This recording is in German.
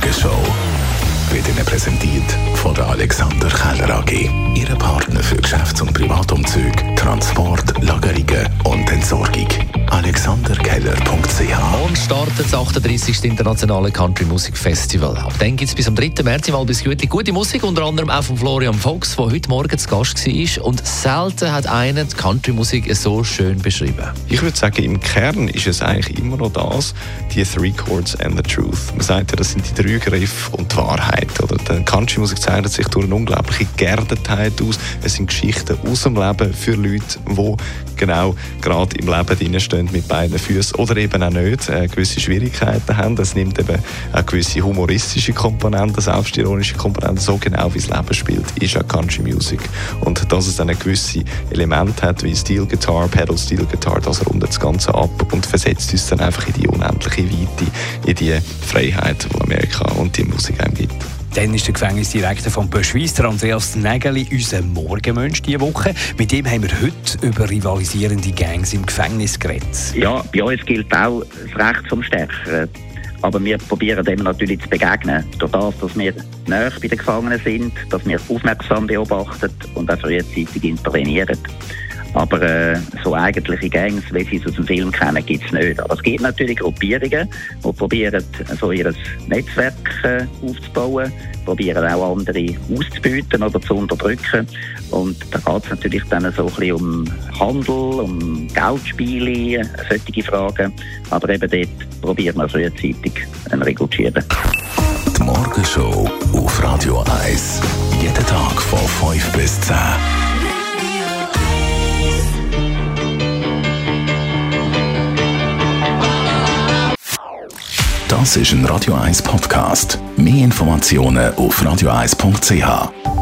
Morgenshow wird Ihnen präsentiert von der Alexander Keller AG. Ihre Partner für Geschäfts- und Privatumzüge, Transport, Lagerungen und Entsorgung. alexanderkeller.ch. Morgen startet das 38. Internationale Country Music Festival. Ab dann gibt es bis am 3. März im Albisgütli gute Musik, unter anderem auch von Florian Fuchs, der heute Morgen zu Gast war. Und selten hat einer die Country Musik so schön beschrieben. Ich würde sagen, im Kern ist es eigentlich immer noch das, die 3 Chords and the Truth. Man sagt ja, das sind die 3 Griffe und die Wahrheit. Oder? Die Country Musik zeichnet sich durch eine unglaubliche Geerdetheit aus. Es sind Geschichten aus dem Leben für Leute, die genau gerade im Leben drinstehen mit beiden Füßen oder eben auch nicht, gewisse Schwierigkeiten haben. Es nimmt eben auch gewisse humoristische Komponenten, selbstironische Komponenten, so genau wie das Leben spielt, ist auch Country Music. Und dass es dann ein gewisse Element hat wie Steel Guitar, Pedal Steel Guitar, das rundet das Ganze ab und versetzt uns dann einfach in die unendliche Weite, in die Freiheit, die Amerika und die Musik einem gibt. Dann ist der Gefängnisdirektor von Böschweiss, der Andreas Nägeli, unser Morgenmensch diese Woche. Mit ihm haben wir heute über rivalisierende Gangs im Gefängnis geredet. Ja, bei uns gilt auch das Recht vom Stärkeren. Aber wir probieren dem natürlich zu begegnen. Durch das, dass wir nahe bei den Gefangenen sind, dass wir aufmerksam beobachten und auch frühzeitig intervenieren. Aber so eigentliche Gangs, wie sie es aus dem Film kennen, gibt es nicht. Aber es gibt natürlich Gruppierungen, die probieren, so ihr Netzwerk aufzubauen, probieren auch andere auszubeuten oder zu unterdrücken. Und da geht es natürlich dann so ein bisschen um Handel, um Geldspiele, solche Fragen. Aber eben dort probieren wir frühzeitig einen Riegel zu schieben. Die Morgenshow auf Radio 1. Jeden Tag von 5 bis 10. Das ist ein Radio 1 Podcast. Mehr Informationen auf radio1.ch.